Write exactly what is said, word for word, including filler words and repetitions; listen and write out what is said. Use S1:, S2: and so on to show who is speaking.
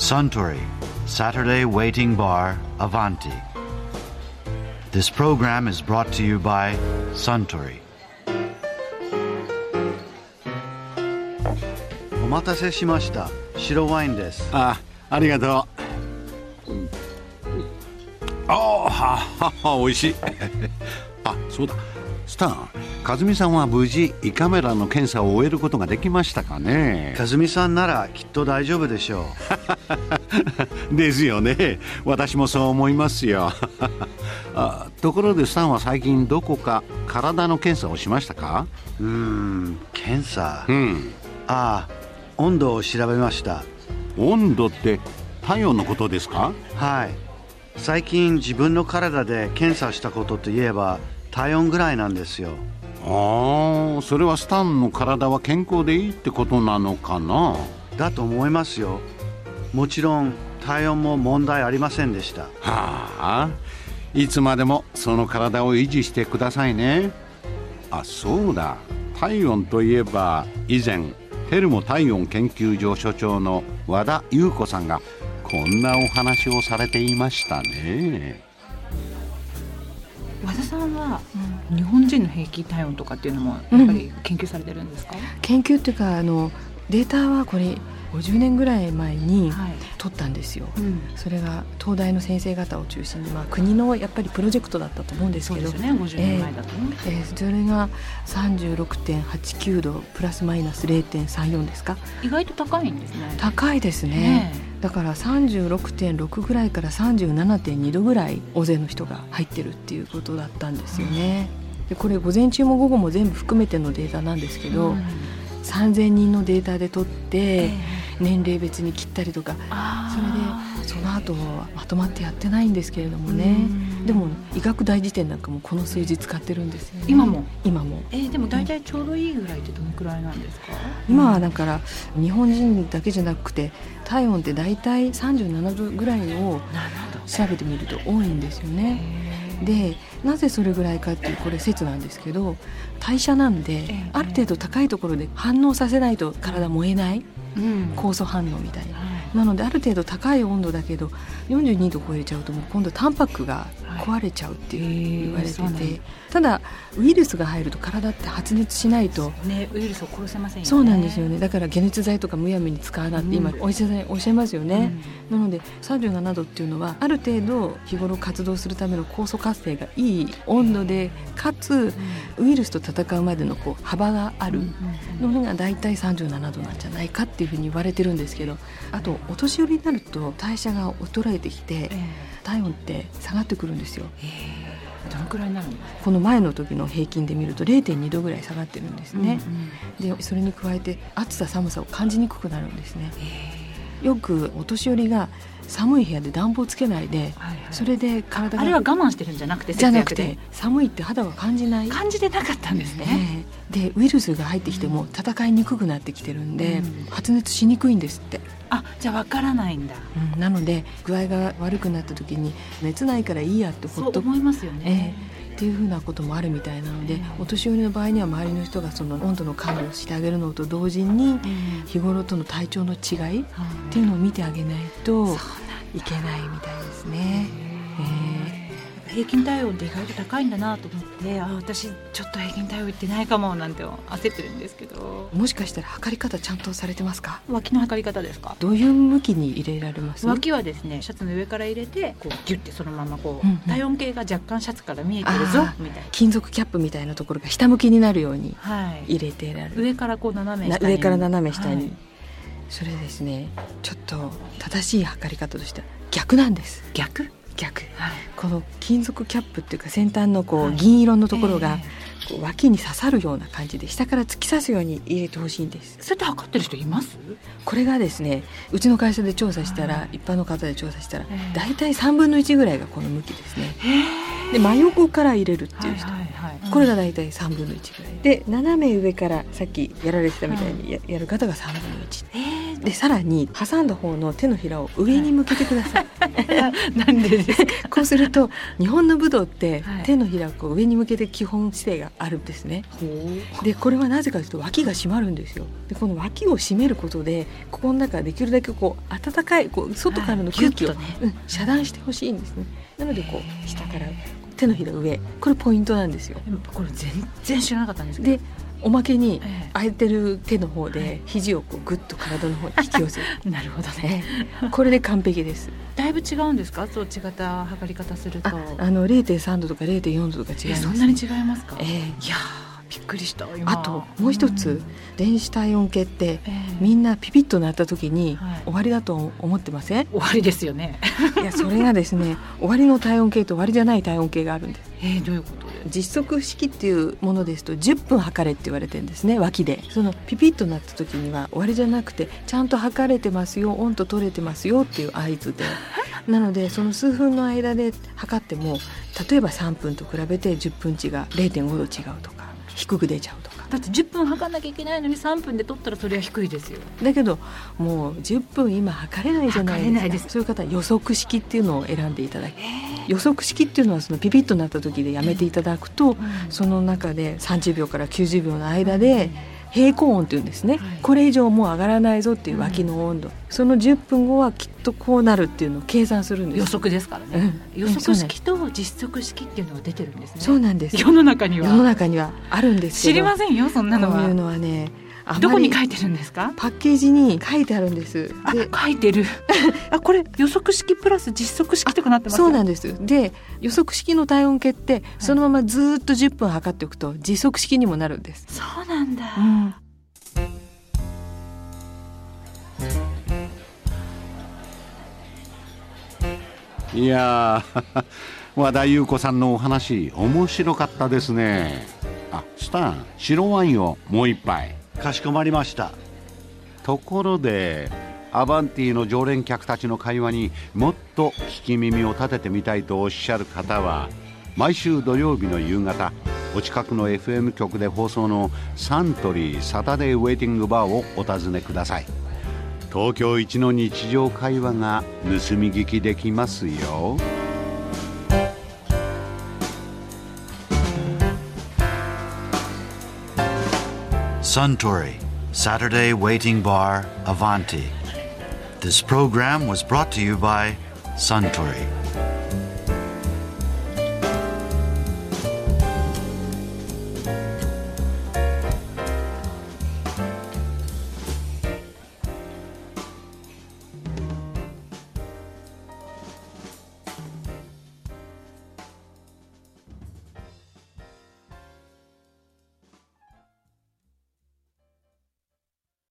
S1: Suntory Saturday Waiting Bar Avanti. This program is brought to you by Suntory.
S2: お待たせしました。白ワインです。
S3: あ、ありがとう。ああ、はは美味しい。あ、そうだ。スタン、和美さんは無事胃カメラの検査を終えることができましたかね。
S2: 和美さんならきっと大丈夫でしょ
S3: う。ですよね。私もそう思いますよ。あ、ところでスタンは最近どこか体の検査をしましたか？
S2: うーん、検査。
S3: うん。
S2: ああ、温度を調べました。
S3: 温度って体温のことですか？
S2: はい。最近自分の体で検査したことといえば体温ぐらいなんですよ。
S3: ああ、それはスタンの体は健康でいいってことなのかな？
S2: だと思いますよ。もちろん体温も問題ありませんでした。
S3: はあ、いつまでもその体を維持してくださいね。あ、そうだ。体温といえば以前テルモ体温研究所所長の和田優子さんがこんなお話をされていましたね。
S4: 和田さんは、うん、日本人の平均体温とかっていうのもやっぱり研究されてるんですか？うん、
S5: 研究っていうかあのデータはこれごじゅうねんぐらい前に取ったんですよ。はい、うん、それが東大の先生方を中心に、まあ、国のやっぱりプロジェクトだったと思うんですけど、
S4: そうですよね、ごじゅうねんまえだとね、
S5: えーえー、それが さんじゅうろくてんはちきゅう 度プラスマイナス れいてんさんよん ですか。
S4: 意外と高いんですね。
S5: 高いですね。だから さんじゅうろくてんろく ぐらいから さんじゅうななてんに 度ぐらい大勢の人が入ってるっていうことだったんですよね。うん、でこれ午前中も午後も全部含めてのデータなんですけど、うん、さんぜんにんのデータで取って、えー、年齢別に切ったりとか、それでその後まとまってやってないんですけれどもね。でも医学大辞典なんかもこの数字使ってるんですよね。
S4: 今も
S5: 今も、
S4: えー、でも大体ちょうどいいぐらいってどのくらいなんですか？
S5: 今はだから日本人だけじゃなくて体温って大体さんじゅうななどぐらいを調べてみると多いんですよね。でなぜそれぐらいかっていうこれ説なんですけど、代謝なんである程度高いところで反応させないと体燃えない、うん、酵素反応みたいな、はい、なのである程度高い温度だけどよんじゅうにど超えちゃうともう今度タンパクが壊れちゃうっていう言われてて、はい、ただウイルスが入ると体って発熱しないと、
S4: ね、ウイルスを殺せませんよね。
S5: そうなんですよね。だから解熱剤とかむやみに使わなって今お医者さんおっしゃいますよね。うん、なのでさんじゅうななどっていうのはある程度日頃活動するための酵素活性がいい温度で、かつウイルスと戦うまでのこう幅があるのがだいたいさんじゅうななどなんじゃないかっていうふうに言われてるんですけど、あとお年寄りになると代謝が衰えてきて体温って下がってくるんですよ。
S4: どのくらいになるの？
S5: この前の時の平均で見ると れいてんにどぐらい下がってるんですね。うんうん、でそれに加えて暑さ寒さを感じにくくなるんですね。よくお年寄りが寒い部屋で暖房つけないで、はいはい、それで体が
S4: あれは我慢してるんじゃなくて
S5: じゃなくて寒いって肌は感じない
S4: 感じてなかったんですね。
S5: でウイルスが入ってきても戦いにくくなってきてるんで、うん、発熱しにくいんですって。
S4: あ、じゃあ分からないんだ。
S5: うん、なので具合が悪くなった時に熱ないからいいやってほっと
S4: そう思いますよね。
S5: えーっていうふうなこともあるみたいなので、お年寄りの場合には周りの人がその温度の管理をしてあげるのと同時に日頃との体調の違いっていうのを見てあげないといけないみたいですね。
S4: 平均体温って意外と高いんだなと思って、あ、私ちょっと平均体温いってないかもなんて焦ってるんですけど、
S5: もしかしたら測り方ちゃんとされてますか？
S4: 脇の測り方ですか？
S5: どういう向きに入れられます？
S4: 脇はですね、シャツの上から入れてこうギュッてそのままこう、うんうん、体温計が若干シャツから見えてるぞみたいな、
S5: 金属キャップみたいなところが下向きになるように入れてられる、
S4: はい、上からこう斜め下に
S5: 上から斜め下に、はい、それですね、ちょっと正しい測り方としては逆なんです。
S4: 逆
S5: 逆、はい、この金属キャップっていうか先端のこう銀色のところがこう脇に刺さるような感じで下から突き刺すように入れてほしいんです。
S4: それって測ってる人います？
S5: これがですね、うちの会社で調査したら、はい、一般の方で調査したらだいたいさんぶんのいちぐらいがこの向きですね。で真横から入れるっていう人、はいはいはい、これがだいたいさんぶんのいちぐらいで、斜め上からさっきやられてたみたいに や,、はい、やる方がさんぶんのいち。
S4: えー
S5: でさらに挟んだ方の手のひらを上に向けてください、
S4: はい、なんでですか？
S5: こうすると日本の武道って手のひらをこう上に向けて基本姿勢があるんですね。でこれはなぜかというと脇が締まるんですよ。でこの脇を締めることでここの中できるだけこう暖かいこう外からの空気を、はいねうん、遮断してほしいんですね。なのでこう下から手のひら上、これポイントなんですよ。
S4: これ全然知らなかったんですけど、
S5: でおまけに空いてる手の方で肘をこうグッと体の方に引き寄せる
S4: なるほどね。
S5: これで完璧です。
S4: だいぶ違うんですか？装置型測り方するとあ
S5: あの ゼロてんさん 度とか ゼロてんよん 度とか違います。
S4: そんなに違いますか？
S5: えー、
S4: いやびっくりした今。
S5: あともう一つ、うん、電子体温計って、えー、みんなピピッと鳴った時に、はい、終わりだと思ってません？
S4: 終わりですよね
S5: いやそれがですね終わりの体温計と終わりじゃない体温計があるんです。
S4: えー、どういうことで？
S5: 実測式っていうものですとじゅっぷん測れって言われてるんですね。脇でそのピピッとなった時には終わりじゃなくてちゃんと測れてますよ、温度取れてますよっていう合図でなのでその数分の間で測っても例えばさんぷんと比べてじゅっぷん値が ゼロてんご 度違うとか低く出ちゃうとか。
S4: だってじゅっぷん測んなきゃいけないのにさんぷんで取ったらそれは低いですよ。
S5: だけどもうじゅっぷん今測れないじゃないですか。測れないです。そういう方は予測式っていうのを選んでいただき、予測式っていうのはそのピピッとなった時でやめていただくと、うん、その中でさんじゅうびょうからきゅうじゅうびょうの間で平衡温っていうんですね、はい、これ以上もう上がらないぞっていう脇の温度、うん、そのじゅっぷんごはきっとこうなるっていうのを計算するんです。
S4: 予測ですからね、うん、予測式と実測式っていうのが出てるんですね。
S5: そうなんです。
S4: 世の中には
S5: 世の中にはあるんですけど
S4: 知りませんよそんなのは。
S5: こういうのはね
S4: どこに書いてるんですか？
S5: パッケージに書いてあるんです。
S4: で書いてるあこれ予測式プラス実測式とかなってますよ。
S5: そうなんです。で予測式の体温計ってそのままずっとじゅっぷん測っておくと実測式にもなるんです。
S4: そうなんだ、
S5: うん
S3: いや和田優子さんのお話面白かったですね。あ、スタン白ワインをもう一杯。
S2: かしこまりました。
S3: ところでアバンティの常連客たちの会話にもっと聞き耳を立ててみたいとおっしゃる方は毎週土曜日の夕方お近くの エフエム 局で放送のサントリーサタデーウェイティングバーをお尋ねください。東京一の日常会話が盗み聞きできますよ。
S1: Suntory Saturday Waiting Bar Avanti. This program was brought to you by Suntory.